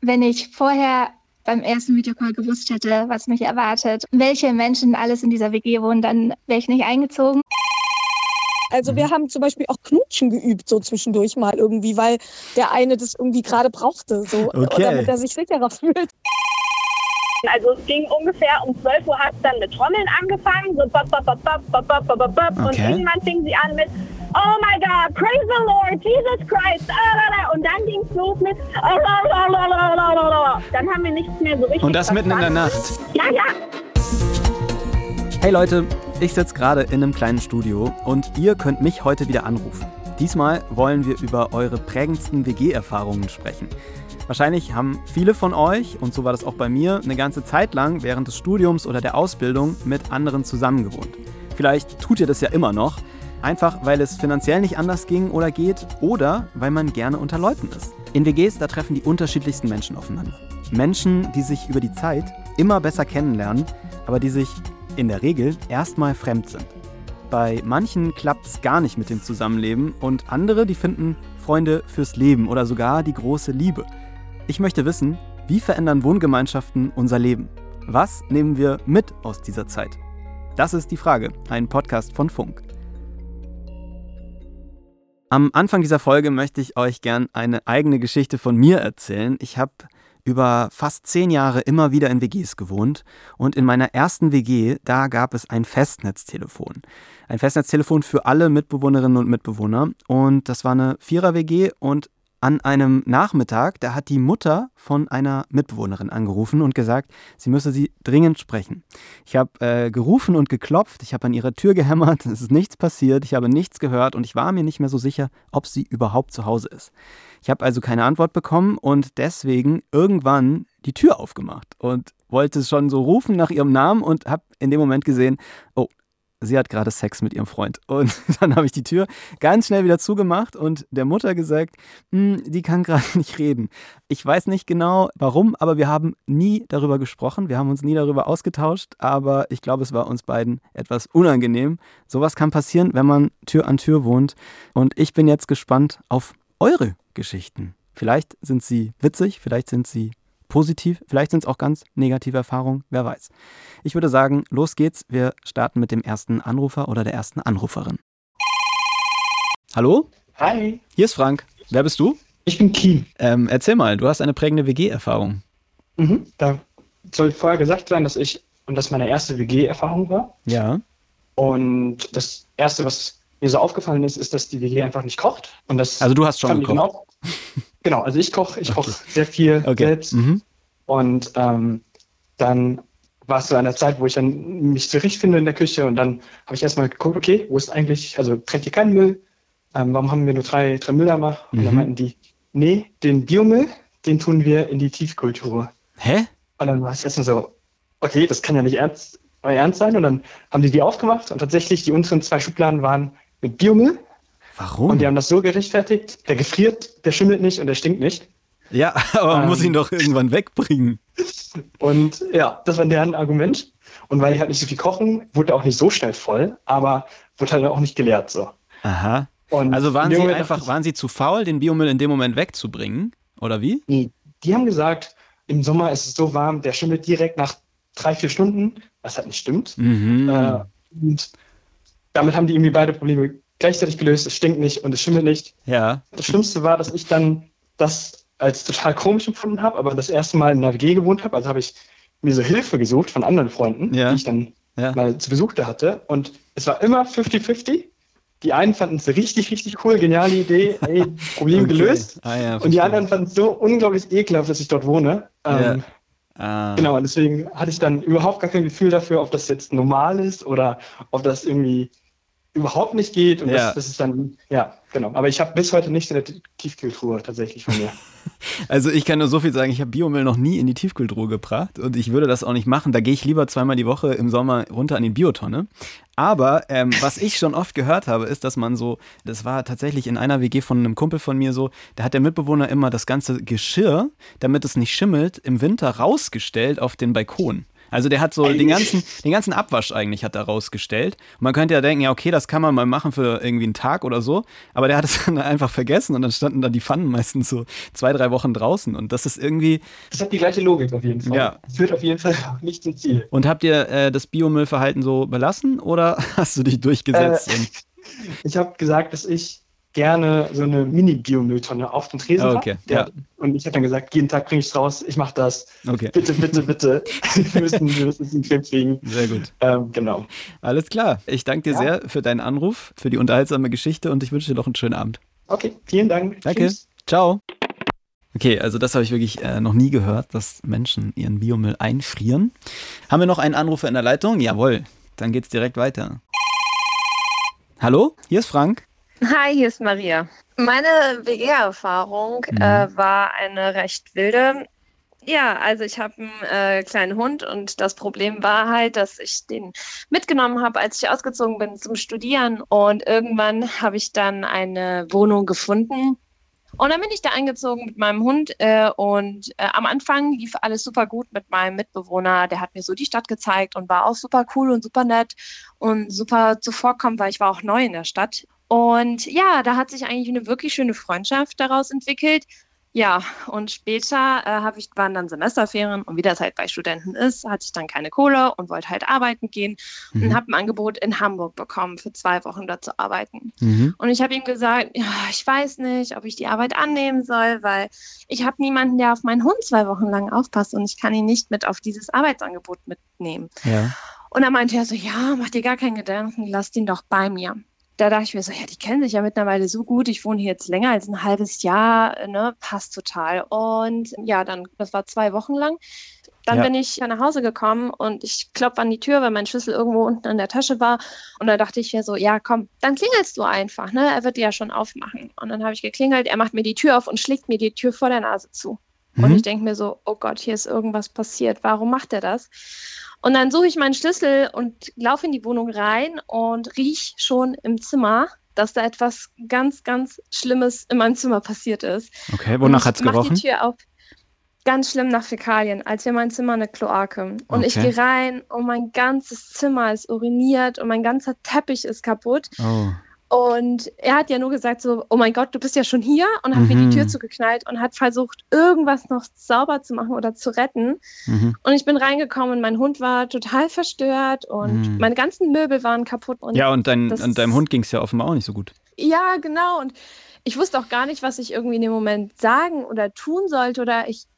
wenn ich vorher beim ersten Videocall gewusst hätte, was mich erwartet, welche Menschen alles in dieser WG wohnen, dann wäre ich nicht eingezogen. Also wir haben zum Beispiel auch Knutschen geübt, so zwischendurch mal irgendwie, weil der eine das irgendwie gerade brauchte, so, damit er sich sicherer fühlt. Also es ging ungefähr um 12 Uhr, hat es dann mit Trommeln angefangen, so bop, bop, bop, bop, bop, bop, bop, bop. Und irgendwann fing sie an mit Oh my God, praise the Lord, Jesus Christ, und dann ging es los mit dann haben wir nichts mehr so richtig Und das mitten in der Nacht? Ja. Hey Leute, ich sitze gerade in einem kleinen Studio und ihr könnt mich heute wieder anrufen. Diesmal wollen wir über eure prägendsten WG-Erfahrungen sprechen. Wahrscheinlich haben viele von euch, und so war das auch bei mir, eine ganze Zeit lang während des Studiums oder der Ausbildung mit anderen zusammengewohnt. Vielleicht tut ihr das ja immer noch, einfach weil es finanziell nicht anders ging oder geht oder weil man gerne unter Leuten ist. In WGs, da treffen die unterschiedlichsten Menschen aufeinander. Menschen, die sich über die Zeit immer besser kennenlernen, aber die sich in der Regel erstmal fremd sind. Bei manchen klappt es gar nicht mit dem Zusammenleben und andere, die finden Freunde fürs Leben oder sogar die große Liebe. Ich möchte wissen, wie verändern Wohngemeinschaften unser Leben? Was nehmen wir mit aus dieser Zeit? Das ist die Frage, ein Podcast von Funk. Am Anfang dieser Folge möchte ich euch gern eine eigene Geschichte von mir erzählen. Ich habe über fast 10 Jahre immer wieder in WGs gewohnt und in meiner ersten WG, da gab es ein Festnetztelefon. Ein Festnetztelefon für alle Mitbewohnerinnen und Mitbewohner und das war eine 4er-WG und an einem Nachmittag, da hat die Mutter von einer Mitbewohnerin angerufen und gesagt, sie müsse sie dringend sprechen. Ich habe gerufen und geklopft, ich habe an ihrer Tür gehämmert, es ist nichts passiert, ich habe nichts gehört und ich war mir nicht mehr so sicher, ob sie überhaupt zu Hause ist. Ich habe also keine Antwort bekommen und deswegen irgendwann die Tür aufgemacht und wollte schon so rufen nach ihrem Namen und habe in dem Moment gesehen, oh, sie hat gerade Sex mit ihrem Freund. Und dann habe ich die Tür ganz schnell wieder zugemacht und der Mutter gesagt, die kann gerade nicht reden. Ich weiß nicht genau warum, aber wir haben nie darüber gesprochen. Wir haben uns nie darüber ausgetauscht, aber ich glaube, es war uns beiden etwas unangenehm. Sowas kann passieren, wenn man Tür an Tür wohnt. Und ich bin jetzt gespannt auf eure Geschichten. Vielleicht sind sie witzig, vielleicht sind sie positiv, vielleicht sind es auch ganz negative Erfahrungen, wer weiß. Ich würde sagen, los geht's. Wir starten mit dem ersten Anrufer oder der ersten Anruferin. Hallo? Hi. Hier ist Frank. Wer bist du? Ich bin Keen. Erzähl mal, du hast eine prägende WG-Erfahrung. Da soll vorher gesagt sein, dass das meine erste WG-Erfahrung war. Ja. Und das Erste, was mir so aufgefallen ist, dass die WG einfach nicht kocht. Und das also du hast schon gekocht? Genau, also ich koche sehr viel selbst. Und dann war es so eine Zeit, wo ich dann mich zurechtfinde in der Küche und dann habe ich erstmal geguckt, okay, wo ist eigentlich, also trennt ihr keinen Müll? Warum haben wir nur drei Mülleimer? Und dann meinten die, nee, den Biomüll, den tun wir in die Tiefkühltruhe. Hä? Und dann war es erstmal so, okay, das kann ja nicht ernst sein. Und dann haben die aufgemacht und tatsächlich die unteren 2 Schubladen waren mit Biomüll. Warum? Und die haben das so gerechtfertigt, der gefriert, der schimmelt nicht und der stinkt nicht. Ja, aber man muss ihn doch irgendwann wegbringen. Und ja, das war deren Argument. Und weil die halt nicht so viel kochen, wurde auch nicht so schnell voll, aber wurde halt auch nicht geleert so. Aha. Und also waren sie zu faul, den Biomüll in dem Moment wegzubringen? Oder wie? Nee, die haben gesagt, im Sommer ist es so warm, der schimmelt direkt nach 3-4 Stunden, was halt nicht stimmt. Und damit haben die irgendwie beide Probleme gleichzeitig gelöst. Es stinkt nicht und es schimmelt nicht. Ja. Das Schlimmste war, dass ich dann das als total komisch empfunden habe, aber das erste Mal in einer WG gewohnt habe, also habe ich mir so Hilfe gesucht von anderen Freunden, die ich dann mal zu Besuch da hatte. Und es war immer 50-50. Die einen fanden es richtig, richtig cool, geniale Idee, Problem gelöst. Und die anderen fanden es so unglaublich ekelhaft, dass ich dort wohne. Genau, und deswegen hatte ich dann überhaupt gar kein Gefühl dafür, ob das jetzt normal ist oder ob das irgendwie überhaupt nicht geht. Und das ist dann, genau. Aber ich habe bis heute nichts in der Tiefkühltruhe tatsächlich von mir. Also ich kann nur so viel sagen, ich habe Biomüll noch nie in die Tiefkühltruhe gebracht und ich würde das auch nicht machen. Da gehe ich lieber 2-mal die Woche im Sommer runter an die Biotonne. Aber was ich schon oft gehört habe, ist, dass man so, das war tatsächlich in einer WG von einem Kumpel von mir so, da hat der Mitbewohner immer das ganze Geschirr, damit es nicht schimmelt, im Winter rausgestellt auf den Balkon. Also der hat so den ganzen Abwasch eigentlich hat er rausgestellt. Und man könnte ja denken, ja okay, das kann man mal machen für irgendwie einen Tag oder so. Aber der hat es dann einfach vergessen und dann standen da die Pfannen meistens so 2-3 Wochen draußen. Und das ist irgendwie... Das hat die gleiche Logik auf jeden Fall. Ja. Es führt auf jeden Fall nicht zum Ziel. Und habt ihr das Biomüllverhalten so belassen oder hast du dich durchgesetzt? Ich habe gesagt, dass ich gerne so eine Mini-Biomülltonne auf dem Tresen habe. Ja. Und ich habe dann gesagt, jeden Tag bringe ich es raus, ich mache das. Okay. Bitte. wir müssen es in den Griff kriegen. Sehr gut. Genau. Alles klar. Ich danke dir sehr für deinen Anruf, für die unterhaltsame Geschichte und ich wünsche dir noch einen schönen Abend. Okay, vielen Dank. Danke. Tschüss. Ciao. Okay, also das habe ich wirklich noch nie gehört, dass Menschen ihren Biomüll einfrieren. Haben wir noch einen Anrufer in der Leitung? Jawohl. Dann geht's direkt weiter. Hallo, hier ist Frank. Hi, hier ist Maria. Meine WG-Erfahrung war eine recht wilde. Ja, also ich habe einen kleinen Hund und das Problem war halt, dass ich den mitgenommen habe, als ich ausgezogen bin zum Studieren. Und irgendwann habe ich dann eine Wohnung gefunden. Und dann bin ich da eingezogen mit meinem Hund und am Anfang lief alles super gut mit meinem Mitbewohner. Der hat mir so die Stadt gezeigt und war auch super cool und super nett und super zuvorkommend, weil ich war auch neu in der Stadt. Und ja, da hat sich eigentlich eine wirklich schöne Freundschaft daraus entwickelt. Ja, und später waren dann Semesterferien und wie das halt bei Studenten ist, hatte ich dann keine Kohle und wollte halt arbeiten gehen und habe ein Angebot in Hamburg bekommen, für 2 Wochen dort zu arbeiten. Und ich habe ihm gesagt, ja, ich weiß nicht, ob ich die Arbeit annehmen soll, weil ich habe niemanden, der auf meinen Hund 2 Wochen lang aufpasst und ich kann ihn nicht mit auf dieses Arbeitsangebot mitnehmen. Ja. Und dann meinte er so, ja, mach dir gar keinen Gedanken, lass den doch bei mir. Da dachte ich mir so, ja, die kennen sich ja mittlerweile so gut. Ich wohne hier jetzt länger als ein halbes Jahr, ne, passt total. Und ja, dann, das war 2 Wochen lang. Dann bin ich nach Hause gekommen und ich klopfe an die Tür, weil mein Schlüssel irgendwo unten in der Tasche war. Und da dachte ich mir so, ja, komm, dann klingelst du einfach, ne? Er wird dir ja schon aufmachen. Und dann habe ich geklingelt, er macht mir die Tür auf und schlägt mir die Tür vor der Nase zu. Und ich denke mir so, oh Gott, hier ist irgendwas passiert. Warum macht er das? Und dann suche ich meinen Schlüssel und laufe in die Wohnung rein und rieche schon im Zimmer, dass da etwas ganz, ganz Schlimmes in meinem Zimmer passiert ist. Okay, wonach hat es gerochen? Ich mache die Tür auf. Ganz schlimm nach Fäkalien, als wäre mein Zimmer eine Kloake. Und ich gehe rein und mein ganzes Zimmer ist uriniert und mein ganzer Teppich ist kaputt. Oh. Und er hat ja nur gesagt so, oh mein Gott, du bist ja schon hier und hat mir die Tür zugeknallt und hat versucht, irgendwas noch sauber zu machen oder zu retten. Und ich bin reingekommen und mein Hund war total verstört und meine ganzen Möbel waren kaputt. Und ja, und deinem Hund ging es ja offenbar auch nicht so gut. Ja, genau. Und ich wusste auch gar nicht, was ich irgendwie in dem Moment sagen oder tun sollte oder ich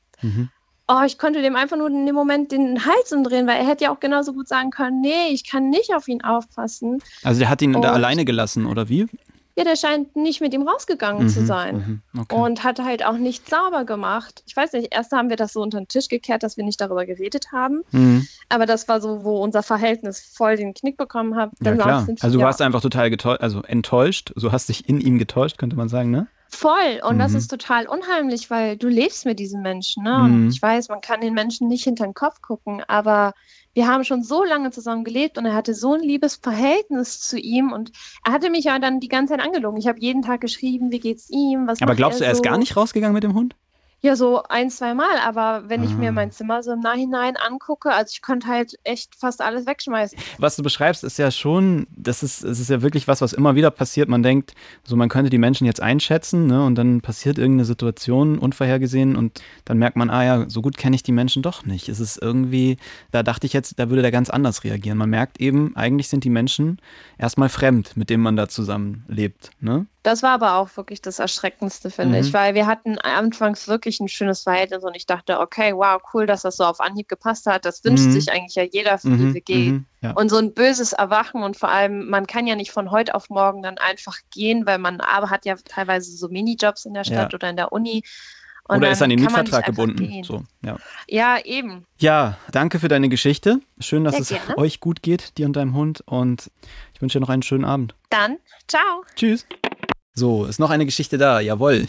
konnte dem einfach nur in dem Moment den Hals umdrehen, weil er hätte ja auch genauso gut sagen können, nee, ich kann nicht auf ihn aufpassen. Also der hat ihn da alleine gelassen, oder wie? Ja, der scheint nicht mit ihm rausgegangen zu sein und hat halt auch nicht sauber gemacht. Ich weiß nicht, erst haben wir das so unter den Tisch gekehrt, dass wir nicht darüber geredet haben, aber das war so, wo unser Verhältnis voll den Knick bekommen hat. Ja, klar. Also du warst einfach total enttäuscht, so hast dich in ihm getäuscht, könnte man sagen, ne? Voll. Und das ist total unheimlich, weil du lebst mit diesen Menschen. Ne? Und ich weiß, man kann den Menschen nicht hinter den Kopf gucken, aber wir haben schon so lange zusammen gelebt und er hatte so ein liebes Verhältnis zu ihm und er hatte mich ja dann die ganze Zeit angelogen. Ich habe jeden Tag geschrieben, wie geht's ihm, aber glaubst du, er ist gar nicht rausgegangen mit dem Hund? Ja, so 1-2 Mal, aber wenn ich mir mein Zimmer so im Nachhinein angucke, also ich konnte halt echt fast alles wegschmeißen. Was du beschreibst, ist ja schon, es ist ja wirklich was immer wieder passiert. Man denkt, so man könnte die Menschen jetzt einschätzen, ne, und dann passiert irgendeine Situation unvorhergesehen und dann merkt man, so gut kenne ich die Menschen doch nicht. Es ist irgendwie, da dachte ich jetzt, da würde der ganz anders reagieren. Man merkt eben, eigentlich sind die Menschen erstmal fremd, mit denen man da zusammenlebt, ne? Das war aber auch wirklich das Erschreckendste, finde ich, weil wir hatten anfangs wirklich ein schönes Verhältnis und ich dachte, okay, wow, cool, dass das so auf Anhieb gepasst hat. Das wünscht sich eigentlich ja jeder für die WG. Ja. Und so ein böses Erwachen und vor allem, man kann ja nicht von heute auf morgen dann einfach gehen, weil man hat ja teilweise so Minijobs in der Stadt oder in der Uni. Und oder ist an den Mietvertrag gebunden. So, ja, eben. Ja, danke für deine Geschichte. Schön, dass es euch gut geht, dir und deinem Hund. Und ich wünsche dir noch einen schönen Abend. Dann, ciao. Tschüss. So, ist noch eine Geschichte da, jawohl.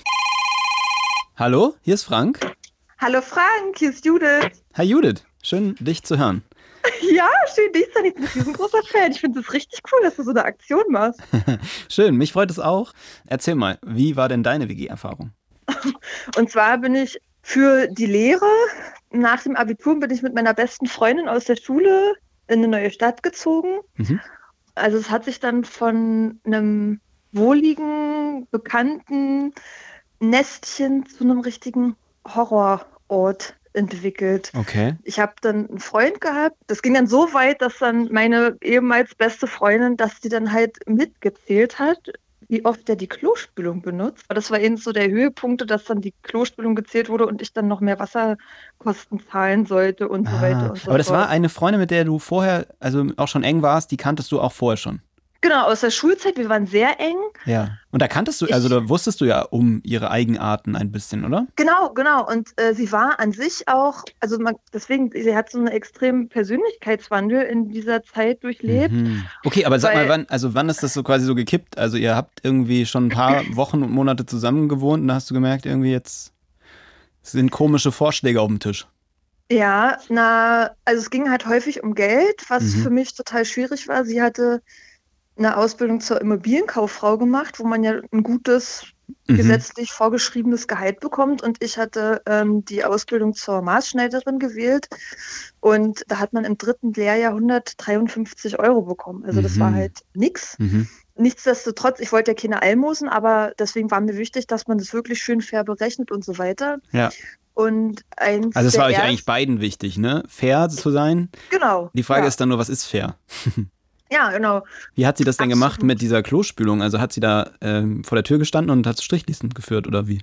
Hallo, hier ist Frank. Hallo Frank, hier ist Judith. Hi Judith, schön dich zu hören. Ja, schön dich zu hören. Ich bin ein riesengroßer Fan. Ich finde es richtig cool, dass du so eine Aktion machst. Schön, mich freut es auch. Erzähl mal, wie war denn deine WG-Erfahrung? Und zwar bin ich für die Lehre nach dem Abitur bin ich mit meiner besten Freundin aus der Schule in eine neue Stadt gezogen. Also es hat sich dann von einem wohligen, bekannten Nestchen zu einem richtigen Horrorort entwickelt. Okay. Ich habe dann einen Freund gehabt. Das ging dann so weit, dass dann meine ehemals beste Freundin, dass die dann halt mitgezählt hat, wie oft der die Klospülung benutzt. Das war eben so der Höhepunkt, dass dann die Klospülung gezählt wurde und ich dann noch mehr Wasserkosten zahlen sollte und so weiter und so fort. Aber das war eine Freundin, mit der du vorher, also auch schon eng warst, die kanntest du auch vorher schon? Genau, aus der Schulzeit, wir waren sehr eng. Ja, und da kanntest du, also da wusstest du ja um ihre Eigenarten ein bisschen, oder? Genau. Und sie war an sich auch, also deswegen, sie hat so einen extremen Persönlichkeitswandel in dieser Zeit durchlebt. Okay, aber sag mal, wann ist das so quasi so gekippt? Also ihr habt irgendwie schon ein paar Wochen und Monate zusammen gewohnt und da hast du gemerkt, irgendwie jetzt sind komische Vorschläge auf dem Tisch. Ja, also es ging halt häufig um Geld, was für mich total schwierig war. Sie hatte eine Ausbildung zur Immobilienkauffrau gemacht, wo man ja ein gutes, gesetzlich vorgeschriebenes Gehalt bekommt. Und ich hatte die Ausbildung zur Maßschneiderin gewählt. Und da hat man im 3. Lehrjahr 153 € bekommen. Also das war halt nix. Nichtsdestotrotz, ich wollte ja keine Almosen, aber deswegen war mir wichtig, dass man das wirklich schön fair berechnet und so weiter. Ja. Und also es war euch eigentlich beiden wichtig, ne? Fair zu sein. Genau. Die Frage ist dann nur, was ist fair? Ja, genau. Wie hat sie das denn gemacht mit dieser Klospülung? Also hat sie da vor der Tür gestanden und hat Strichlisten geführt oder wie?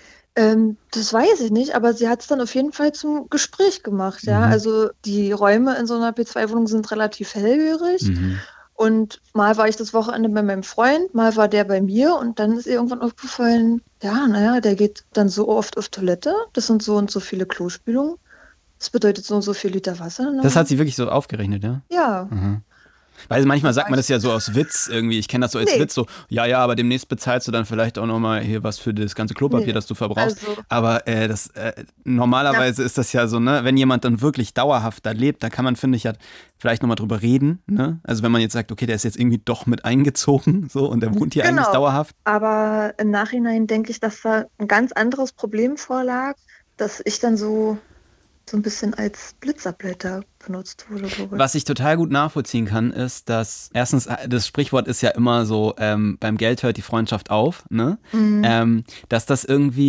Das weiß ich nicht, aber sie hat es dann auf jeden Fall zum Gespräch gemacht. Ja? Also die Räume in so einer P2-Wohnung sind relativ hellhörig. Und mal war ich das Wochenende bei meinem Freund, mal war der bei mir und dann ist ihr irgendwann aufgefallen, der geht dann so oft auf Toilette. Das sind so und so viele Klospülungen. Das bedeutet so und so viel Liter Wasser. Ne? Das hat sie wirklich so aufgerechnet, ja? Ja. Weil manchmal sagt man das ja so aus Witz irgendwie. Ich kenne das so als Witz, so, ja, aber demnächst bezahlst du dann vielleicht auch nochmal hier was für das ganze Klopapier, das du verbrauchst. Also, aber normalerweise ist das ja so, ne, wenn jemand dann wirklich dauerhaft da lebt, da kann man, finde ich, ja vielleicht nochmal drüber reden, ne? Also wenn man jetzt sagt, okay, der ist jetzt irgendwie doch mit eingezogen, so, und der wohnt hier eigentlich dauerhaft. Aber im Nachhinein denke ich, dass da ein ganz anderes Problem vorlag, dass ich dann so ein bisschen als Blitzableiter benutzt wurde. Was ich total gut nachvollziehen kann, ist, dass erstens, das Sprichwort ist ja immer so, beim Geld hört die Freundschaft auf, ne? Dass das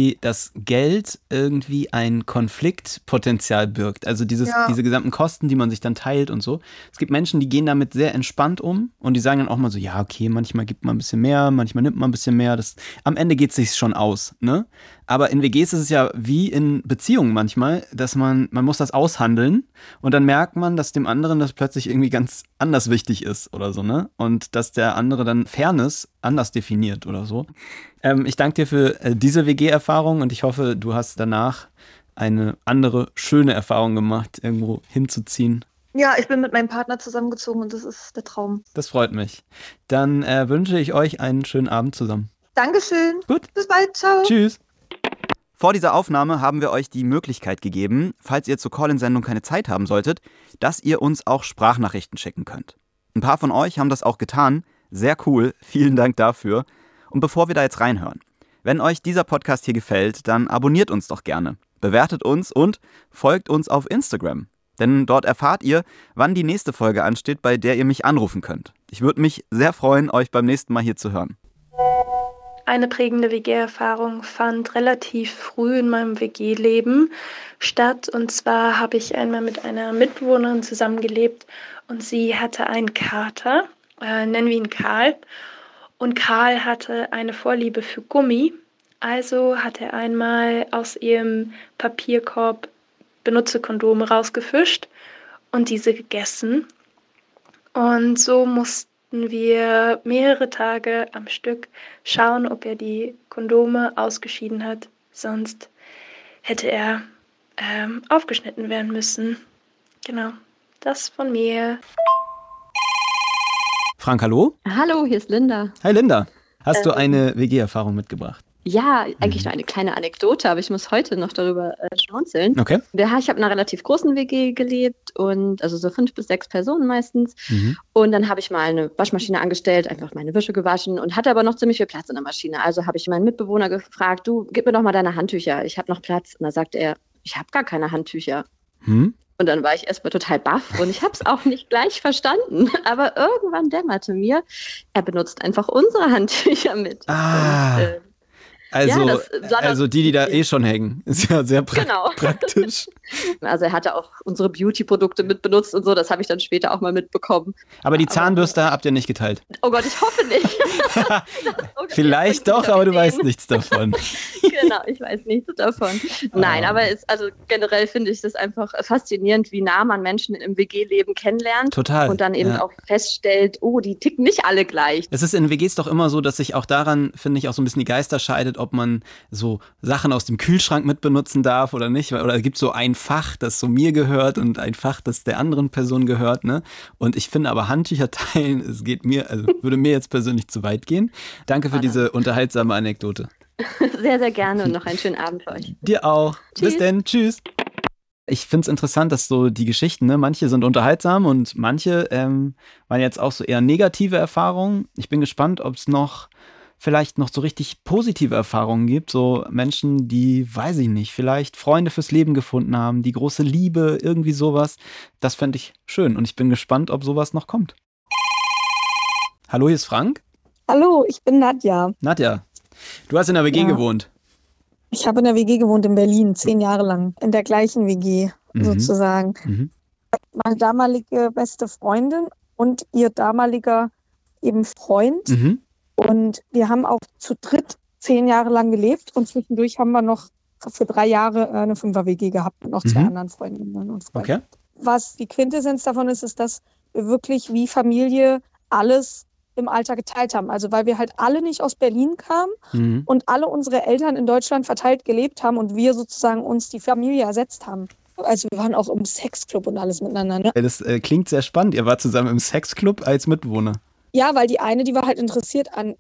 Geld irgendwie ein Konfliktpotenzial birgt. Also diese gesamten Kosten, die man sich dann teilt und so. Es gibt Menschen, die gehen damit sehr entspannt um und die sagen dann auch mal so, ja, okay, manchmal gibt man ein bisschen mehr, manchmal nimmt man ein bisschen mehr. Am Ende geht es sich schon aus, ne? Aber in WGs ist es ja wie in Beziehungen manchmal, dass man muss das aushandeln und dann merkt man, dass dem anderen das plötzlich irgendwie ganz anders wichtig ist oder so, ne? Und dass der andere dann Fairness anders definiert oder so. Ich danke dir für diese WG-Erfahrung und ich hoffe, du hast danach eine andere schöne Erfahrung gemacht, irgendwo hinzuziehen. Ja, ich bin mit meinem Partner zusammengezogen und das ist der Traum. Das freut mich. Dann wünsche ich euch einen schönen Abend zusammen. Dankeschön. Gut. Bis bald. Ciao. Tschüss. Vor dieser Aufnahme haben wir euch die Möglichkeit gegeben, falls ihr zur Call-in-Sendung keine Zeit haben solltet, dass ihr uns auch Sprachnachrichten schicken könnt. Ein paar von euch haben das auch getan. Sehr cool. Vielen Dank dafür. Und bevor wir da jetzt reinhören, wenn euch dieser Podcast hier gefällt, dann abonniert uns doch gerne, bewertet uns und folgt uns auf Instagram. Denn dort erfahrt ihr, wann die nächste Folge ansteht, bei der ihr mich anrufen könnt. Ich würde mich sehr freuen, euch beim nächsten Mal hier zu hören. Eine prägende WG-Erfahrung fand relativ früh in meinem WG-Leben statt. Und zwar habe ich einmal mit einer Mitbewohnerin zusammengelebt und sie hatte einen Kater, nennen wir ihn Karl. Und Karl hatte eine Vorliebe für Gummi. Also hat er einmal aus ihrem Papierkorb benutzte Kondome rausgefischt und diese gegessen. Und so mussten wir mehrere Tage am Stück schauen, ob er die Kondome ausgeschieden hat. Sonst hätte er aufgeschnitten werden müssen. Genau, das von mir. Frank, hallo? Hallo, hier ist Linda. Hi Linda, hast du eine WG-Erfahrung mitgebracht? Ja, eigentlich nur eine kleine Anekdote, aber ich muss heute noch darüber schmunzeln. Okay. Ich habe in einer relativ großen WG gelebt und also so 5 bis 6 Personen meistens. Und dann habe ich mal eine Waschmaschine angestellt, einfach meine Wäsche gewaschen und hatte aber noch ziemlich viel Platz in der Maschine. Also habe ich meinen Mitbewohner gefragt, du, gib mir doch mal deine Handtücher, ich habe noch Platz. Und da sagte er, ich habe gar keine Handtücher. Und dann war ich erstmal total baff und ich habe es auch nicht gleich verstanden. Aber irgendwann dämmerte mir, er benutzt einfach unsere Handtücher mit. Also die da eh schon hängen. Ist ja sehr praktisch. Also er hatte auch unsere Beauty-Produkte mitbenutzt und so, das habe ich dann später auch mal mitbekommen. Aber die Zahnbürste habt ihr nicht geteilt? Oh Gott, ich hoffe nicht. Vielleicht doch, aber du weißt nichts davon. Genau, ich weiß nichts davon. Nein, aber generell finde ich das einfach faszinierend, wie nah man Menschen im WG-Leben kennenlernt. Total. Und dann eben auch feststellt, die ticken nicht alle gleich. Es ist in WGs doch immer so, dass sich auch daran, finde ich, auch so ein bisschen die Geister scheidet, ob man so Sachen aus dem Kühlschrank mitbenutzen darf oder nicht. Oder es gibt so ein Fach, das so mir gehört und ein Fach, das der anderen Person gehört. Ne? Und ich finde aber Handtücher teilen, würde mir jetzt persönlich zu weit gehen. Danke für diese unterhaltsame Anekdote. Sehr, sehr gerne und noch einen schönen Abend für euch. Dir auch. Tschüss. Bis denn. Tschüss. Ich finde es interessant, dass so die Geschichten, ne, manche sind unterhaltsam und manche waren jetzt auch so eher negative Erfahrungen. Ich bin gespannt, ob es vielleicht noch so richtig positive Erfahrungen gibt, so Menschen, die, weiß ich nicht, vielleicht Freunde fürs Leben gefunden haben, die große Liebe, irgendwie sowas. Das fände ich schön und ich bin gespannt, ob sowas noch kommt. Hallo, hier ist Frank. Hallo, ich bin Nadja. Nadja, du hast in der WG gewohnt. Ich habe in der WG gewohnt in Berlin, 10 Jahre lang, in der gleichen WG sozusagen. Meine damalige beste Freundin und ihr damaliger eben Freund. Und wir haben auch zu dritt 10 Jahre lang gelebt und zwischendurch haben wir noch für 3 Jahre eine 5er-WG gehabt mit noch 2 anderen Freundinnen und Freunden. Okay. Was die Quintessenz davon ist, dass wir wirklich wie Familie alles im Alter geteilt haben. Also weil wir halt alle nicht aus Berlin kamen und alle unsere Eltern in Deutschland verteilt gelebt haben und wir sozusagen uns die Familie ersetzt haben. Also wir waren auch im Sexclub und alles miteinander. Ne? Das klingt sehr spannend. Ihr wart zusammen im Sexclub als Mitbewohner. Ja, weil die eine, die war halt interessiert an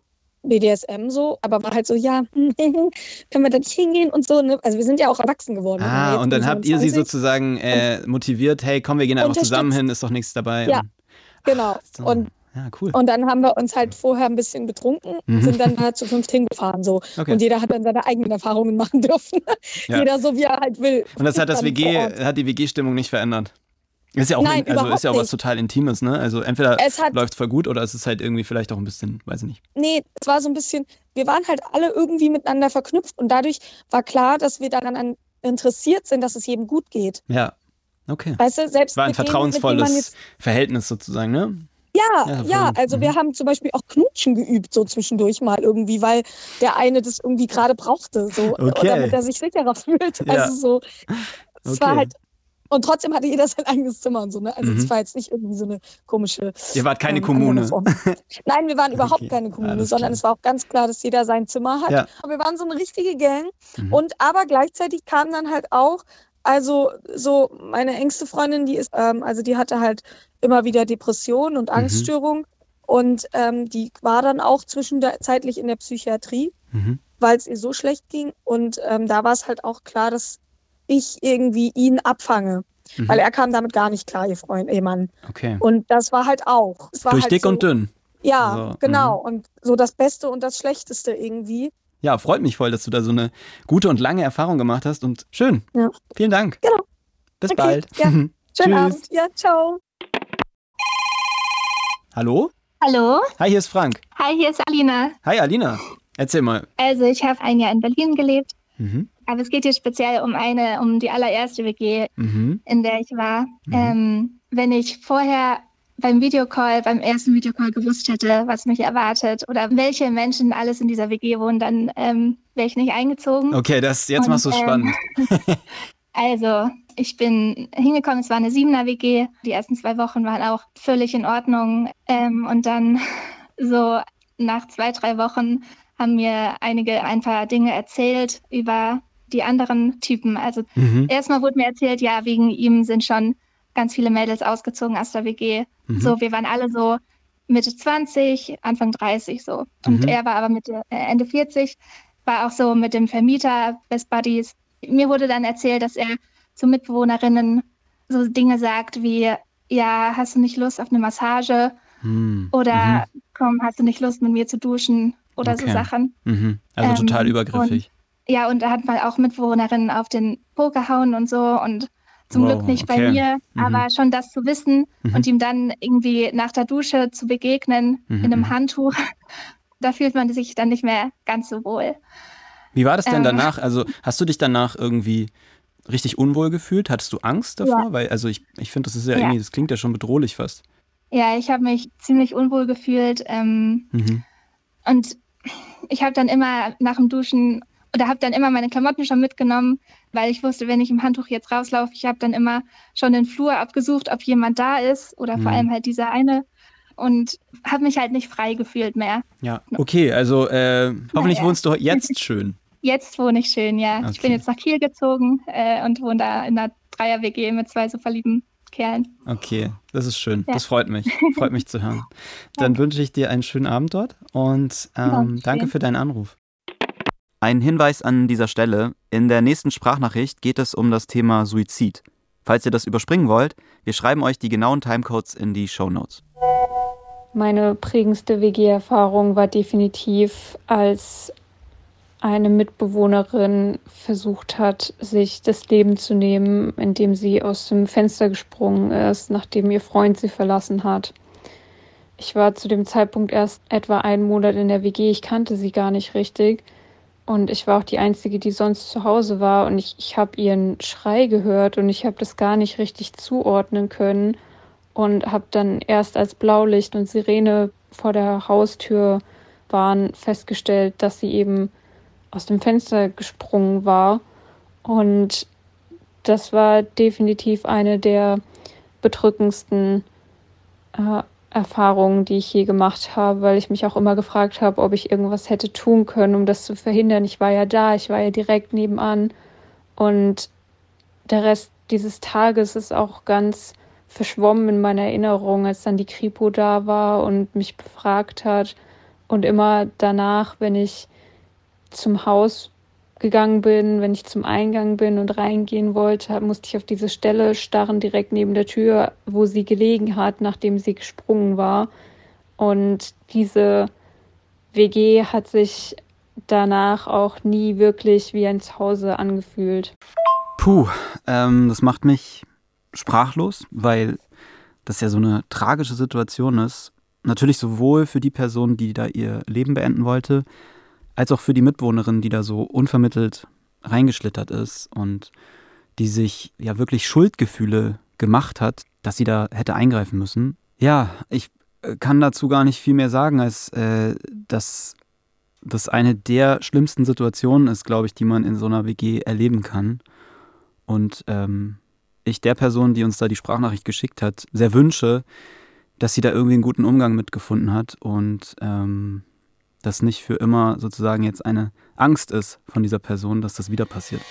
BDSM so, aber war halt so, ja, können wir da nicht hingehen und so. Ne? Also wir sind ja auch erwachsen geworden. Und dann habt ihr sie sozusagen motiviert, hey, komm, wir gehen einfach zusammen hin, ist doch nichts dabei. Ja, genau. So. Cool. Und dann haben wir uns halt vorher ein bisschen betrunken, sind dann da zu 5 hingefahren so. Okay. Und jeder hat dann seine eigenen Erfahrungen machen dürfen. Ja. Jeder so, wie er halt will. Und das hat die WG-Stimmung nicht verändert? Ist ja auch, Nein, ist ja auch was total Intimes, ne? Also entweder läuft es voll gut oder es ist halt irgendwie vielleicht auch ein bisschen, weiß ich nicht. Nee, es war so ein bisschen, wir waren halt alle irgendwie miteinander verknüpft und dadurch war klar, dass wir daran interessiert sind, dass es jedem gut geht. Ja, okay. Weißt du, selbst war ein vertrauensvolles Verhältnis sozusagen, ne? Ja, also wir haben zum Beispiel auch Knutschen geübt, so zwischendurch mal irgendwie, weil der eine das irgendwie gerade brauchte, so, damit er sich sicherer fühlt. Ja. Also so, es war halt, und trotzdem hatte jeder sein eigenes Zimmer und so, ne? Also es war jetzt nicht irgendwie so eine komische... Ihr wart keine Kommune. Nein, wir waren überhaupt keine Kommune, sondern es war auch ganz klar, dass jeder sein Zimmer hat. Ja. Aber wir waren so eine richtige Gang aber gleichzeitig kam dann halt auch, also so meine engste Freundin, die hatte halt immer wieder Depressionen und Angststörungen und die war dann auch zwischenzeitlich in der Psychiatrie, weil es ihr so schlecht ging und da war es halt auch klar, dass ich irgendwie ihn abfange, weil er kam damit gar nicht klar, ihr Mann. Okay. Und das war halt auch. Es war durch halt dick und dünn. Ja, so, genau. Und so das Beste und das Schlechteste irgendwie. Ja, freut mich voll, dass du da so eine gute und lange Erfahrung gemacht hast und schön. Ja. Vielen Dank. Genau. Bis bald. Ja. Schönen Abend. Ja, ciao. Hallo? Hallo. Hi, hier ist Frank. Hi, hier ist Alina. Hi, Alina. Erzähl mal. Also ich habe 1 Jahr in Berlin gelebt. Aber es geht hier speziell um die allererste WG, in der ich war. Wenn ich vorher beim ersten Videocall gewusst hätte, was mich erwartet oder welche Menschen alles in dieser WG wohnen, dann wäre ich nicht eingezogen. Okay, jetzt machst du es spannend. Also, ich bin hingekommen, es war eine 7er-WG. Die ersten 2 Wochen waren auch völlig in Ordnung. Und dann so nach 2-3 Wochen haben mir ein paar Dinge erzählt über die anderen Typen. Also erstmal wurde mir erzählt, ja, wegen ihm sind schon ganz viele Mädels ausgezogen aus der WG. So, wir waren alle so Mitte 20, Anfang 30 so. Und er war aber Ende 40, war auch so mit dem Vermieter Best Buddies. Mir wurde dann erzählt, dass er zu Mitbewohnerinnen so Dinge sagt wie, ja, hast du nicht Lust auf eine Massage? Oder komm, hast du nicht Lust mit mir zu duschen? Oder so Sachen. Also total übergriffig. Ja, und da hat man auch Mitbewohnerinnen auf den Po gehauen und so und zum Glück nicht bei mir, aber schon das zu wissen und ihm dann irgendwie nach der Dusche zu begegnen in einem Handtuch, da fühlt man sich dann nicht mehr ganz so wohl. Wie war das denn danach? Also hast du dich danach irgendwie richtig unwohl gefühlt? Hattest du Angst davor? Ja. Weil, also ich finde, das ist ja irgendwie, das klingt ja schon bedrohlich fast. Ja, ich habe mich ziemlich unwohl gefühlt und ich habe dann immer nach dem Duschen oder habe dann immer meine Klamotten schon mitgenommen, weil ich wusste, wenn ich im Handtuch jetzt rauslaufe, ich habe dann immer schon den Flur abgesucht, ob jemand da ist oder vor allem halt dieser eine und habe mich halt nicht frei gefühlt mehr. Ja, okay, also hoffentlich wohnst du jetzt schön. Jetzt wohne ich schön, ja. Okay. Ich bin jetzt nach Kiel gezogen und wohne da in einer Dreier-WG mit 2 so verliebten Kerlen. Okay, das ist schön. Ja. Das freut mich zu hören. Dann wünsche ich dir einen schönen Abend dort und danke für deinen Anruf. Ein Hinweis an dieser Stelle, in der nächsten Sprachnachricht geht es um das Thema Suizid. Falls ihr das überspringen wollt, wir schreiben euch die genauen Timecodes in die Shownotes. Meine prägendste WG-Erfahrung war definitiv, als eine Mitbewohnerin versucht hat, sich das Leben zu nehmen, indem sie aus dem Fenster gesprungen ist, nachdem ihr Freund sie verlassen hat. Ich war zu dem Zeitpunkt erst etwa 1 Monat in der WG, ich kannte sie gar nicht richtig. Und ich war auch die Einzige, die sonst zu Hause war. Und ich habe ihren Schrei gehört und ich habe das gar nicht richtig zuordnen können. Und habe dann erst als Blaulicht und Sirene vor der Haustür waren festgestellt, dass sie eben aus dem Fenster gesprungen war. Und das war definitiv eine der bedrückendsten Erfahrungen, die ich je gemacht habe, weil ich mich auch immer gefragt habe, ob ich irgendwas hätte tun können, um das zu verhindern. Ich war ja da, ich war ja direkt nebenan und der Rest dieses Tages ist auch ganz verschwommen in meiner Erinnerung, als dann die Kripo da war und mich befragt hat und immer danach, wenn ich zum Haus gegangen bin, wenn ich zum Eingang bin und reingehen wollte, musste ich auf diese Stelle starren, direkt neben der Tür, wo sie gelegen hat, nachdem sie gesprungen war. Und diese WG hat sich danach auch nie wirklich wie ein Zuhause angefühlt. Puh, das macht mich sprachlos, weil das ja so eine tragische Situation ist. Natürlich sowohl für die Person, die da ihr Leben beenden wollte, als auch für die Mitbewohnerin, die da so unvermittelt reingeschlittert ist und die sich ja wirklich Schuldgefühle gemacht hat, dass sie da hätte eingreifen müssen. Ja, ich kann dazu gar nicht viel mehr sagen, als dass das eine der schlimmsten Situationen ist, glaube ich, die man in so einer WG erleben kann. Und ich der Person, die uns da die Sprachnachricht geschickt hat, sehr wünsche, dass sie da irgendwie einen guten Umgang mitgefunden hat und das nicht für immer sozusagen jetzt eine Angst ist von dieser Person, dass das wieder passiert.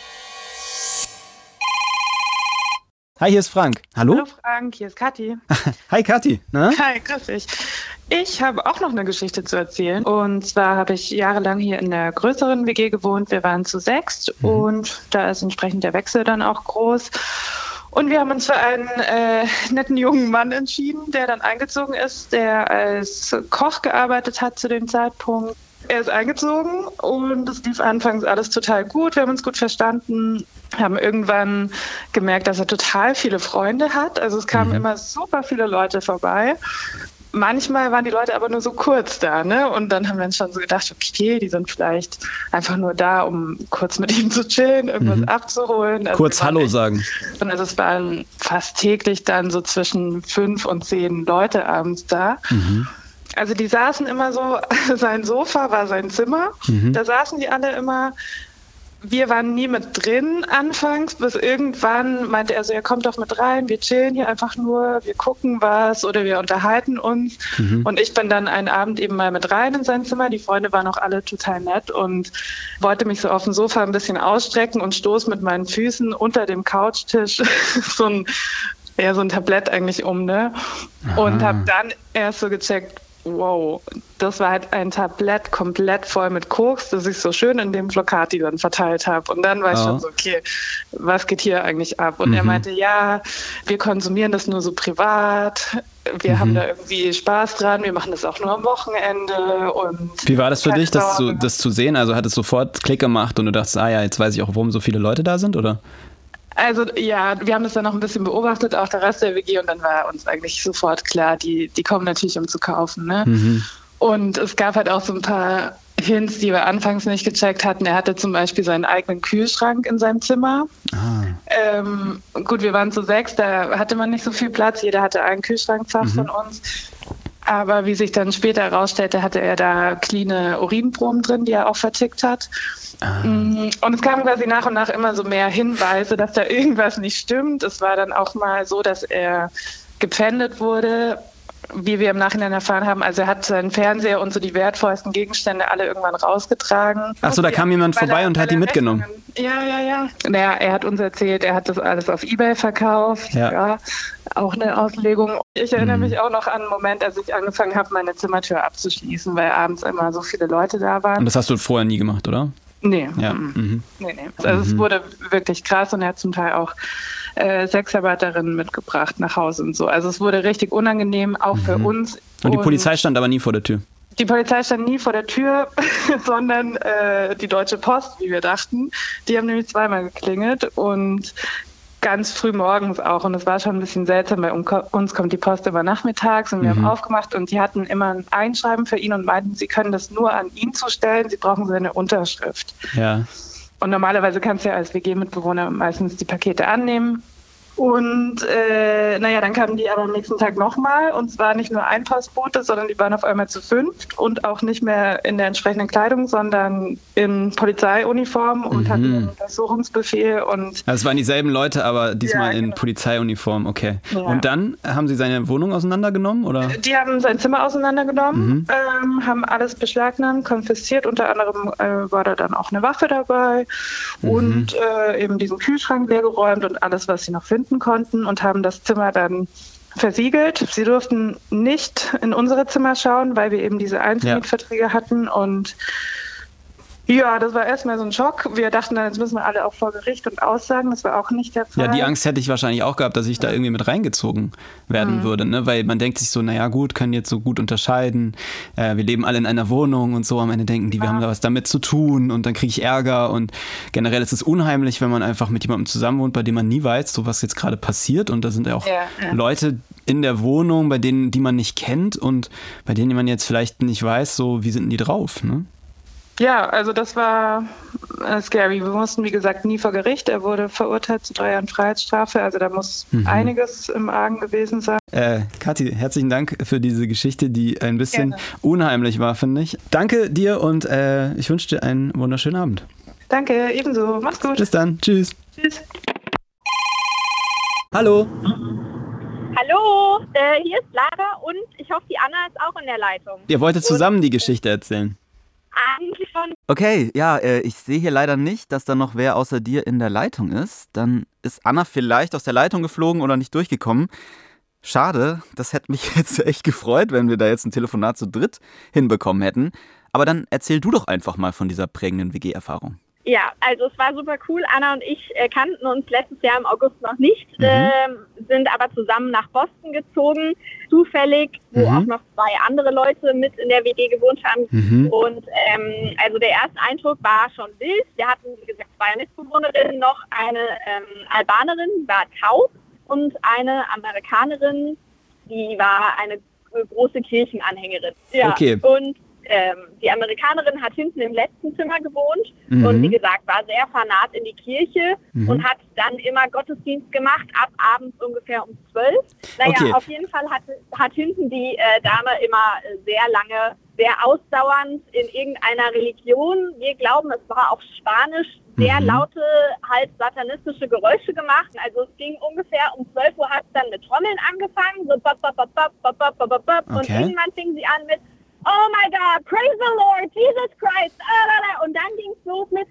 Hi, hier ist Frank. Hallo? Hallo Frank, hier ist Kathi. Hi Kathi. Na? Hi, grüß dich. Ich habe auch noch eine Geschichte zu erzählen. Und zwar habe ich jahrelang hier in der größeren WG gewohnt. Wir waren zu 6 und da ist entsprechend der Wechsel dann auch groß. Und wir haben uns für einen netten jungen Mann entschieden, der dann eingezogen ist, der als Koch gearbeitet hat zu dem Zeitpunkt. Er ist eingezogen und es lief anfangs alles total gut. Wir haben uns gut verstanden, haben irgendwann gemerkt, dass er total viele Freunde hat. Also es kamen immer super viele Leute vorbei. Manchmal waren die Leute aber nur so kurz da, ne? Und dann haben wir uns schon so gedacht, okay, die sind vielleicht einfach nur da, um kurz mit ihm zu chillen, irgendwas abzuholen. Also kurz Hallo sagen. Und also es waren fast täglich dann so zwischen 5 und 10 Leute abends da. Also die saßen immer so, sein Sofa war sein Zimmer, da saßen die alle immer. Wir waren nie mit drin anfangs, bis irgendwann meinte er so, ja, kommt doch mit rein, wir chillen hier einfach nur, wir gucken was oder wir unterhalten uns. Und ich bin dann einen Abend eben mal mit rein in sein Zimmer. Die Freunde waren auch alle total nett und wollte mich so auf dem Sofa ein bisschen ausstrecken und stoß mit meinen Füßen unter dem Couchtisch so ein Tablett eigentlich um, ne? Und habe dann erst so gecheckt, wow, das war halt ein Tablett komplett voll mit Koks, das ich so schön in dem Flocati dann verteilt habe. Und dann war ich schon so, okay, was geht hier eigentlich ab? Und er meinte, ja, wir konsumieren das nur so privat. wir haben da irgendwie Spaß dran, wir machen das auch nur am Wochenende. Und wie war das für dich, das zu sehen? Also hat es sofort Klick gemacht und du dachtest, jetzt weiß ich auch, warum so viele Leute da sind, oder? Also ja, wir haben das dann noch ein bisschen beobachtet, auch der Rest der WG, und dann war uns eigentlich sofort klar, die kommen natürlich, um zu kaufen. Ne? Mhm. Und es gab halt auch so ein paar Hints, die wir anfangs nicht gecheckt hatten. Er hatte zum Beispiel seinen eigenen Kühlschrank in seinem Zimmer. Gut, wir waren zu 6, da hatte man nicht so viel Platz. Jeder hatte ein Kühlschrankfach von uns. Aber wie sich dann später herausstellte, hatte er da cleane Urinproben drin, die er auch vertickt hat. Und es kamen quasi nach und nach immer so mehr Hinweise, dass da irgendwas nicht stimmt. Es war dann auch mal so, dass er gepfändet wurde, wie wir im Nachhinein erfahren haben. Also er hat seinen Fernseher und so die wertvollsten Gegenstände alle irgendwann rausgetragen. Achso, da kam jemand vorbei und hat die mitgenommen. Ja. Naja, er hat uns erzählt, er hat das alles auf eBay verkauft. Ja, auch eine Auslegung. Ich erinnere mich auch noch an einen Moment, als ich angefangen habe, meine Zimmertür abzuschließen, weil abends immer so viele Leute da waren. Und das hast du vorher nie gemacht, oder? Nee. Ja. Nee. Also es wurde wirklich krass, und er hat zum Teil auch Sexarbeiterinnen mitgebracht nach Hause und so. Also es wurde richtig unangenehm, auch für uns. Und die Polizei stand aber nie vor der Tür? Die Polizei stand nie vor der Tür, sondern die Deutsche Post, wie wir dachten. Die haben nämlich zweimal geklingelt und ganz früh morgens auch. Und es war schon ein bisschen seltsam, weil uns kommt die Post immer nachmittags und wir haben aufgemacht und die hatten immer ein Einschreiben für ihn und meinten, sie können das nur an ihn zustellen, sie brauchen seine Unterschrift. Ja. Und normalerweise kannst du ja als WG-Mitbewohner meistens die Pakete annehmen. Und dann kamen die aber am nächsten Tag nochmal, und zwar nicht nur ein Postbote, sondern die waren auf einmal zu 5 und auch nicht mehr in der entsprechenden Kleidung, sondern in Polizeiuniform und hatten einen Untersuchungsbefehl. Und also es waren dieselben Leute, aber diesmal in Polizeiuniform, okay. Ja. Und dann haben sie seine Wohnung auseinandergenommen, oder? Die haben sein Zimmer auseinandergenommen, haben alles beschlagnahmt, konfisziert, unter anderem war da dann auch eine Waffe dabei und eben diesen Kühlschrank leergeräumt und alles, was sie noch finden konnten, und haben das Zimmer dann versiegelt. Sie durften nicht in unsere Zimmer schauen, weil wir eben diese Einzelmietverträge hatten, und ja, das war erstmal so ein Schock. Wir dachten dann, jetzt müssen wir alle auch vor Gericht und aussagen. Das war auch nicht der Fall. Ja, die Angst hätte ich wahrscheinlich auch gehabt, dass ich da irgendwie mit reingezogen werden würde, ne? Weil man denkt sich so, naja gut, können jetzt so gut unterscheiden. Wir leben alle in einer Wohnung und so. Am Ende denken die, wir haben da was damit zu tun, und dann kriege ich Ärger. Und generell ist es unheimlich, wenn man einfach mit jemandem zusammen wohnt, bei dem man nie weiß, so was jetzt gerade passiert. Und da sind ja auch Leute in der Wohnung, bei denen, die man nicht kennt und bei denen man jetzt vielleicht nicht weiß, so wie sind die drauf, ne? Ja, also das war scary. Wir mussten, wie gesagt, nie vor Gericht. Er wurde verurteilt zu 3 Jahren Freiheitsstrafe. Also da muss einiges im Argen gewesen sein. Kathi, herzlichen Dank für diese Geschichte, die ein bisschen unheimlich war, finde ich. Danke dir, und ich wünsche dir einen wunderschönen Abend. Danke, ebenso. Mach's gut. Bis dann. Tschüss. Tschüss. Hallo. Hallo, hier ist Lara, und ich hoffe, die Anna ist auch in der Leitung. Ihr wolltet zusammen die Geschichte erzählen? Eigentlich schon. Okay, ja, ich sehe hier leider nicht, dass da noch wer außer dir in der Leitung ist. Dann ist Anna vielleicht aus der Leitung geflogen oder nicht durchgekommen. Schade, das hätte mich jetzt echt gefreut, wenn wir da jetzt ein Telefonat zu dritt hinbekommen hätten. Aber dann erzähl du doch einfach mal von dieser prägenden WG-Erfahrung. Ja, also es war super cool. Anna und ich kannten uns letztes Jahr im August noch nicht, sind aber zusammen nach Boston gezogen, zufällig, wo auch noch 2 andere Leute mit in der WG gewohnt haben. Und also der erste Eindruck war schon wild. Wir hatten, wie gesagt, 2 Mitbewohnerinnen, noch eine Albanerin, die war taub, und eine Amerikanerin, die war eine große Kirchenanhängerin. Ja, okay. Und die Amerikanerin hat hinten im letzten Zimmer gewohnt und wie gesagt, war sehr fanat in die Kirche und hat dann immer Gottesdienst gemacht, ab abends ungefähr um 12. Naja, auf jeden Fall hat hinten die Dame immer sehr lange, sehr ausdauernd in irgendeiner Religion, wir glauben, es war auf Spanisch, sehr laute, halt satanistische Geräusche gemacht. Also es ging ungefähr um 12 Uhr, hat es dann mit Trommeln angefangen, so bop, bop, bop, bop, bop, bop, bop, bop. Und irgendwann fing sie an mit Oh my God, praise the Lord, Jesus Christ. Und dann ging es los mit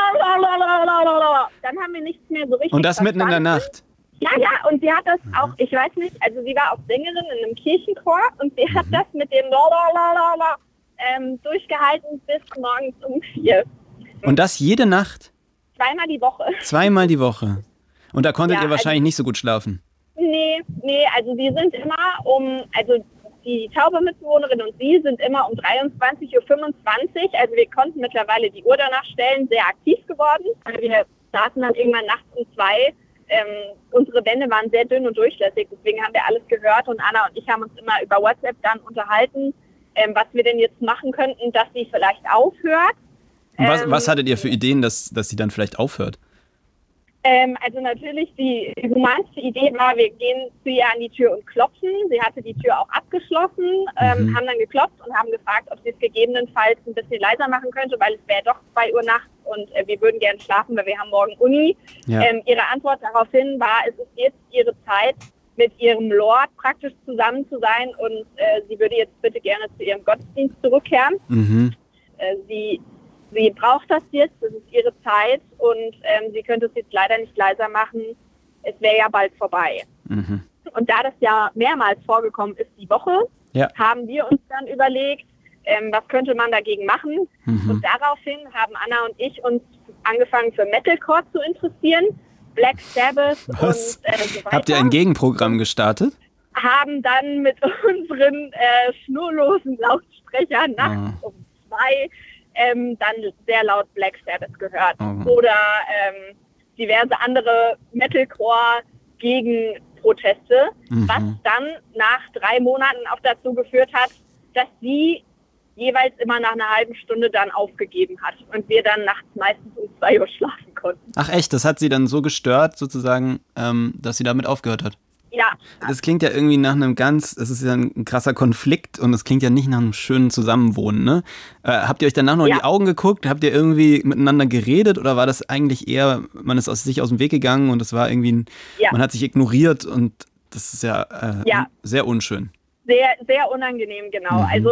Dann haben wir nichts mehr so richtig Und das verstanden. Mitten in der Nacht? Ja, und sie hat das auch, ich weiß nicht, also sie war auch Sängerin in einem Kirchenchor und sie hat das mit dem durchgehalten bis morgens um 4. Und das jede Nacht? 2-mal die Woche. 2-mal die Woche. Und da konntet ihr wahrscheinlich nicht so gut schlafen? Nee, Nee, also die sind immer die Taube-Mitbewohnerin und sie sind immer um 23.25 Uhr, also wir konnten mittlerweile die Uhr danach stellen, sehr aktiv geworden. Wir saßen dann irgendwann nachts um 2. Unsere Wände waren sehr dünn und durchlässig, deswegen haben wir alles gehört und Anna und ich haben uns immer über WhatsApp dann unterhalten, was wir denn jetzt machen könnten, dass sie vielleicht aufhört. Was hattet ihr für Ideen, dass sie dann vielleicht aufhört? Also natürlich die humanste Idee war, wir gehen zu ihr an die Tür und klopfen. Sie hatte die Tür auch abgeschlossen, haben dann geklopft und haben gefragt, ob sie es gegebenenfalls ein bisschen leiser machen könnte, weil es wäre doch 2 Uhr nachts und wir würden gerne schlafen, weil wir haben morgen Uni. Ja. Ihre Antwort daraufhin war, es ist jetzt ihre Zeit, mit ihrem Lord praktisch zusammen zu sein und sie würde jetzt bitte gerne zu ihrem Gottesdienst zurückkehren. Sie braucht das jetzt, das ist ihre Zeit und sie könnte es jetzt leider nicht leiser machen. Es wäre ja bald vorbei. Und da das ja mehrmals vorgekommen ist die Woche, haben wir uns dann überlegt, was könnte man dagegen machen. Und daraufhin haben Anna und ich uns angefangen für Metalcore zu interessieren. Black Sabbath was? Und so weiter. Habt ihr ein Gegenprogramm gestartet? Haben dann mit unseren schnurlosen Lautsprechern nachts um 2 dann sehr laut Black Sabbath gehört. Oder diverse andere Metalcore-Gegenproteste, was dann nach 3 Monaten auch dazu geführt hat, dass sie jeweils immer nach einer halben Stunde dann aufgegeben hat und wir dann nachts meistens um 2 Uhr schlafen konnten. Ach echt, das hat sie dann so gestört sozusagen, dass sie damit aufgehört hat? Ja. Das klingt ja irgendwie nach es ist ja ein krasser Konflikt und es klingt ja nicht nach einem schönen Zusammenwohnen, ne? Habt ihr euch danach noch in die Augen geguckt? Habt ihr irgendwie miteinander geredet oder war das eigentlich eher, man ist sich aus dem Weg gegangen und es war irgendwie, man hat sich ignoriert und das ist ja, sehr unschön. Sehr, sehr unangenehm, genau. Also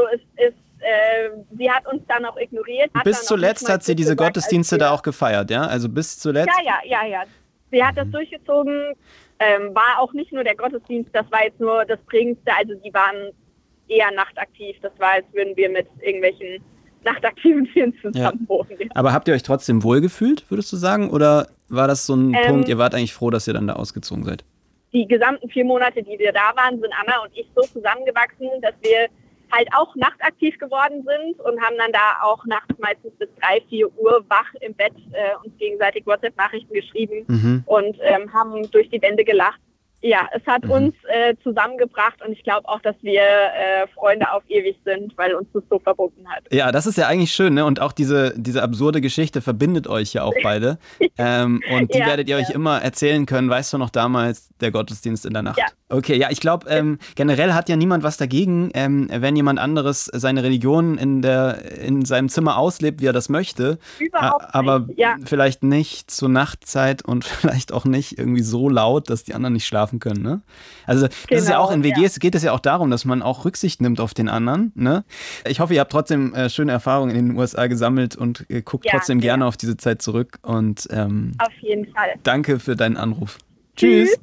sie hat uns dann auch ignoriert. Bis zuletzt hat sie diese Gottesdienste da auch gefeiert, ja? Also bis zuletzt? Ja. Sie hat das durchgezogen. War auch nicht nur der Gottesdienst, das war jetzt nur das Prägendste, also die waren eher nachtaktiv, das war, als würden wir mit irgendwelchen nachtaktiven Tieren zusammen wohnen. Ja. Aber habt ihr euch trotzdem wohlgefühlt, würdest du sagen, oder war das so ein Punkt, ihr wart eigentlich froh, dass ihr dann da ausgezogen seid? Die gesamten 4 Monate, die wir da waren, sind Anna und ich so zusammengewachsen, dass wir halt auch nachtaktiv geworden sind und haben dann da auch nachts meistens bis 3, 4 Uhr wach im Bett uns gegenseitig WhatsApp-Nachrichten geschrieben und haben durch die Wände gelacht. Ja, es hat uns zusammengebracht und ich glaube auch, dass wir Freunde auf ewig sind, weil uns das so verbunden hat. Ja, das ist ja eigentlich schön, ne? Und auch diese absurde Geschichte verbindet euch ja auch beide. Und die werdet ihr euch immer erzählen können, weißt du noch damals, der Gottesdienst in der Nacht. Ja. Okay, ja, ich glaube, generell hat ja niemand was dagegen, wenn jemand anderes seine Religion in seinem Zimmer auslebt, wie er das möchte. Überhaupt nicht. Aber vielleicht nicht zur Nachtzeit und vielleicht auch nicht irgendwie so laut, dass die anderen nicht schlafen können, ne? Also das ist ja auch in WGs, geht es ja auch darum, dass man auch Rücksicht nimmt auf den anderen, ne? Ich hoffe, ihr habt trotzdem schöne Erfahrungen in den USA gesammelt und guckt trotzdem gerne auf diese Zeit zurück und auf jeden Fall. Danke für deinen Anruf. Tschüss.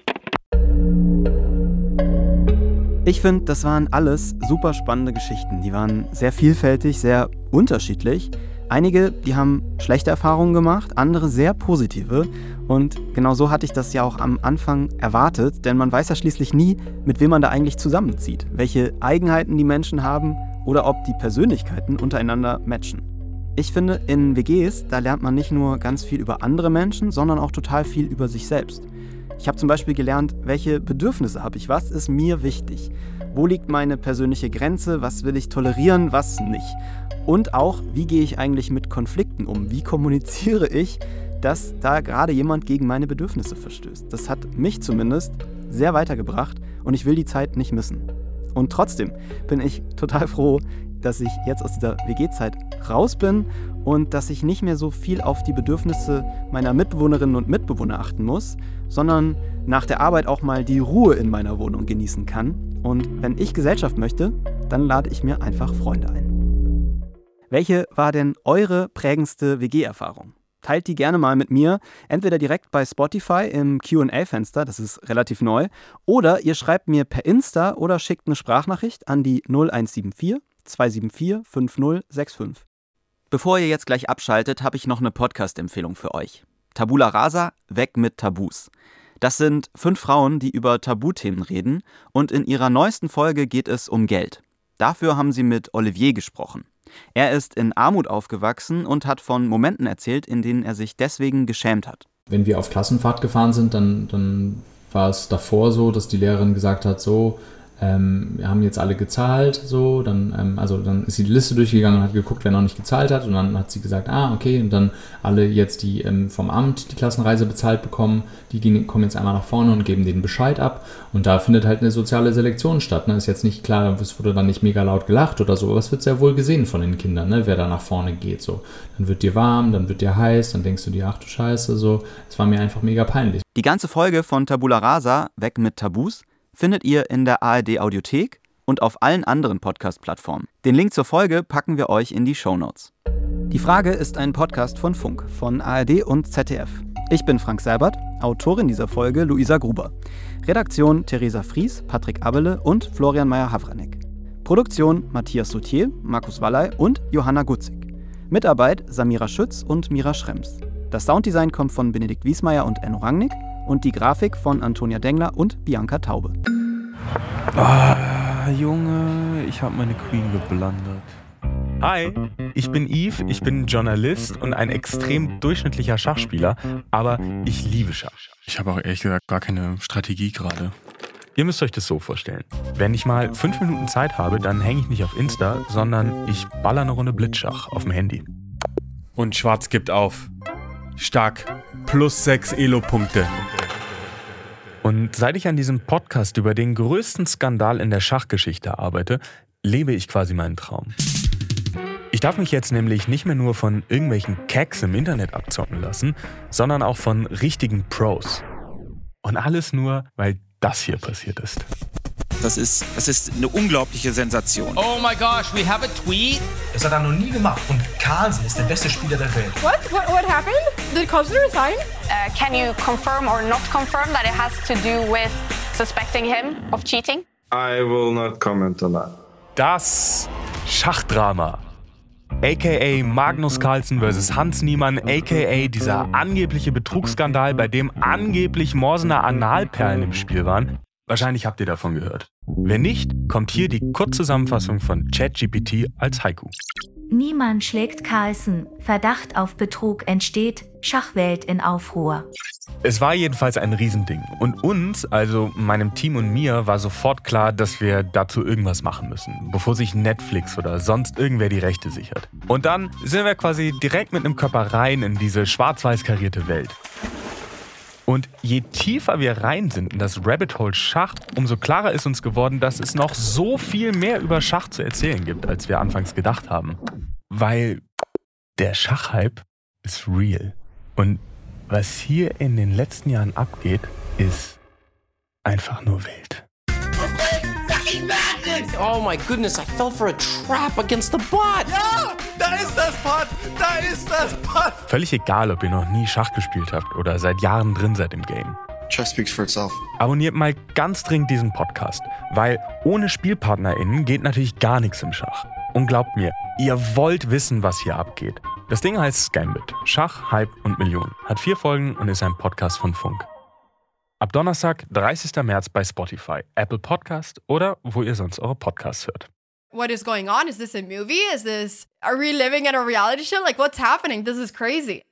Ich finde, das waren alles super spannende Geschichten. Die waren sehr vielfältig, sehr unterschiedlich. Einige, die haben schlechte Erfahrungen gemacht, andere sehr positive. Und genau so hatte ich das ja auch am Anfang erwartet, denn man weiß ja schließlich nie, mit wem man da eigentlich zusammenzieht, welche Eigenheiten die Menschen haben oder ob die Persönlichkeiten untereinander matchen. Ich finde, in WGs, da lernt man nicht nur ganz viel über andere Menschen, sondern auch total viel über sich selbst. Ich habe zum Beispiel gelernt, welche Bedürfnisse habe ich, was ist mir wichtig, wo liegt meine persönliche Grenze, was will ich tolerieren, was nicht. Und auch, wie gehe ich eigentlich mit Konflikten um, wie kommuniziere ich, dass da gerade jemand gegen meine Bedürfnisse verstößt. Das hat mich zumindest sehr weitergebracht und ich will die Zeit nicht missen. Und trotzdem bin ich total froh, dass ich jetzt aus dieser WG-Zeit raus bin und dass ich nicht mehr so viel auf die Bedürfnisse meiner Mitbewohnerinnen und Mitbewohner achten muss, sondern nach der Arbeit auch mal die Ruhe in meiner Wohnung genießen kann. Und wenn ich Gesellschaft möchte, dann lade ich mir einfach Freunde ein. Welche war denn eure prägendste WG-Erfahrung? Teilt die gerne mal mit mir, entweder direkt bei Spotify im Q&A-Fenster, das ist relativ neu, oder ihr schreibt mir per Insta oder schickt eine Sprachnachricht an die 0174 274 5065. Bevor ihr jetzt gleich abschaltet, habe ich noch eine Podcast-Empfehlung für euch. Tabula Rasa, weg mit Tabus. Das sind 5 Frauen, die über Tabuthemen reden, und in ihrer neuesten Folge geht es um Geld. Dafür haben sie mit Olivier gesprochen. Er ist in Armut aufgewachsen und hat von Momenten erzählt, in denen er sich deswegen geschämt hat. Wenn wir auf Klassenfahrt gefahren sind, dann war es davor so, dass die Lehrerin gesagt hat, so, wir haben jetzt alle gezahlt, so, dann ist sie die Liste durchgegangen und hat geguckt, wer noch nicht gezahlt hat, und dann hat sie gesagt, okay, und dann alle jetzt, die vom Amt die Klassenreise bezahlt bekommen, die kommen jetzt einmal nach vorne und geben denen Bescheid ab, und da findet halt eine soziale Selektion statt, ne? Ist jetzt nicht klar, es wurde dann nicht mega laut gelacht oder so, aber es wird sehr wohl gesehen von den Kindern, ne? Wer da nach vorne geht, so. Dann wird dir warm, dann wird dir heiß, dann denkst du dir, ach du Scheiße, so. Es war mir einfach mega peinlich. Die ganze Folge von Tabula Rasa, Weg mit Tabus, findet ihr in der ARD-Audiothek und auf allen anderen Podcast-Plattformen. Den Link zur Folge packen wir euch in die Shownotes. Die Frage ist ein Podcast von Funk, von ARD und ZDF. Ich bin Frank Seibert, Autorin dieser Folge Luisa Gruber. Redaktion Theresa Fries, Patrick Abele und Florian Meyer-Havranek. Produktion Matthias Soutier, Markus Wallay und Johanna Gutzig. Mitarbeit Samira Schütz und Mira Schrems. Das Sounddesign kommt von Benedikt Wiesmeier und Enno Rangnick und die Grafik von Antonia Dengler und Bianca Taube. Junge, ich habe meine Queen geblendet. Hi, ich bin Yves, ich bin Journalist und ein extrem durchschnittlicher Schachspieler, aber ich liebe Schach. Ich habe auch ehrlich gesagt gar keine Strategie gerade. Ihr müsst euch das so vorstellen. Wenn ich mal 5 Minuten Zeit habe, dann hänge ich nicht auf Insta, sondern ich baller eine Runde Blitzschach auf dem Handy. Und Schwarz gibt auf. Stark. +6 Elo-Punkte. Und seit ich an diesem Podcast über den größten Skandal in der Schachgeschichte arbeite, lebe ich quasi meinen Traum. Ich darf mich jetzt nämlich nicht mehr nur von irgendwelchen Cacks im Internet abzocken lassen, sondern auch von richtigen Pros. Und alles nur, weil das hier passiert ist. Das ist eine unglaubliche Sensation. Oh my gosh, we have a tweet. Das hat er noch nie gemacht. Und Carlsen ist der beste Spieler der Welt. What happened? Did Carlsen resign? Can you confirm or not confirm that it has to do with suspecting him of cheating? I will not comment on that. Das Schachdrama. A.k.a. Magnus Carlsen vs. Hans Niemann, a.k.a. dieser angebliche Betrugsskandal, bei dem angeblich Morsener Analperlen im Spiel waren. Wahrscheinlich habt ihr davon gehört. Wenn nicht, kommt hier die Kurzzusammenfassung von ChatGPT als Haiku. Niemann schlägt Carlsen. Verdacht auf Betrug entsteht. Schachwelt in Aufruhr. Es war jedenfalls ein Riesending. Und uns, also meinem Team und mir, war sofort klar, dass wir dazu irgendwas machen müssen, bevor sich Netflix oder sonst irgendwer die Rechte sichert. Und dann sind wir quasi direkt mit einem Körper rein in diese schwarz-weiß karierte Welt. Und je tiefer wir rein sind in das Rabbit Hole Schach, umso klarer ist uns geworden, dass es noch so viel mehr über Schach zu erzählen gibt, als wir anfangs gedacht haben. Weil der Schachhype ist real. Und was hier in den letzten Jahren abgeht, ist einfach nur wild. Oh my goodness, I fell for a trap against the bot. Ja, da ist das Bot, da ist das Bot. Völlig egal, ob ihr noch nie Schach gespielt habt oder seit Jahren drin seid im Game. Chess speaks for itself. Abonniert mal ganz dringend diesen Podcast, weil ohne SpielpartnerInnen geht natürlich gar nichts im Schach. Und glaubt mir, ihr wollt wissen, was hier abgeht. Das Ding heißt Gambit. Schach, Hype und Millionen. Hat 4 Folgen und ist ein Podcast von Funk. Ab Donnerstag, 30. März bei Spotify, Apple Podcast oder wo ihr sonst eure Podcasts hört. What is going on? Is this a movie? Are we living in a reality show? Like, what's happening? This is crazy.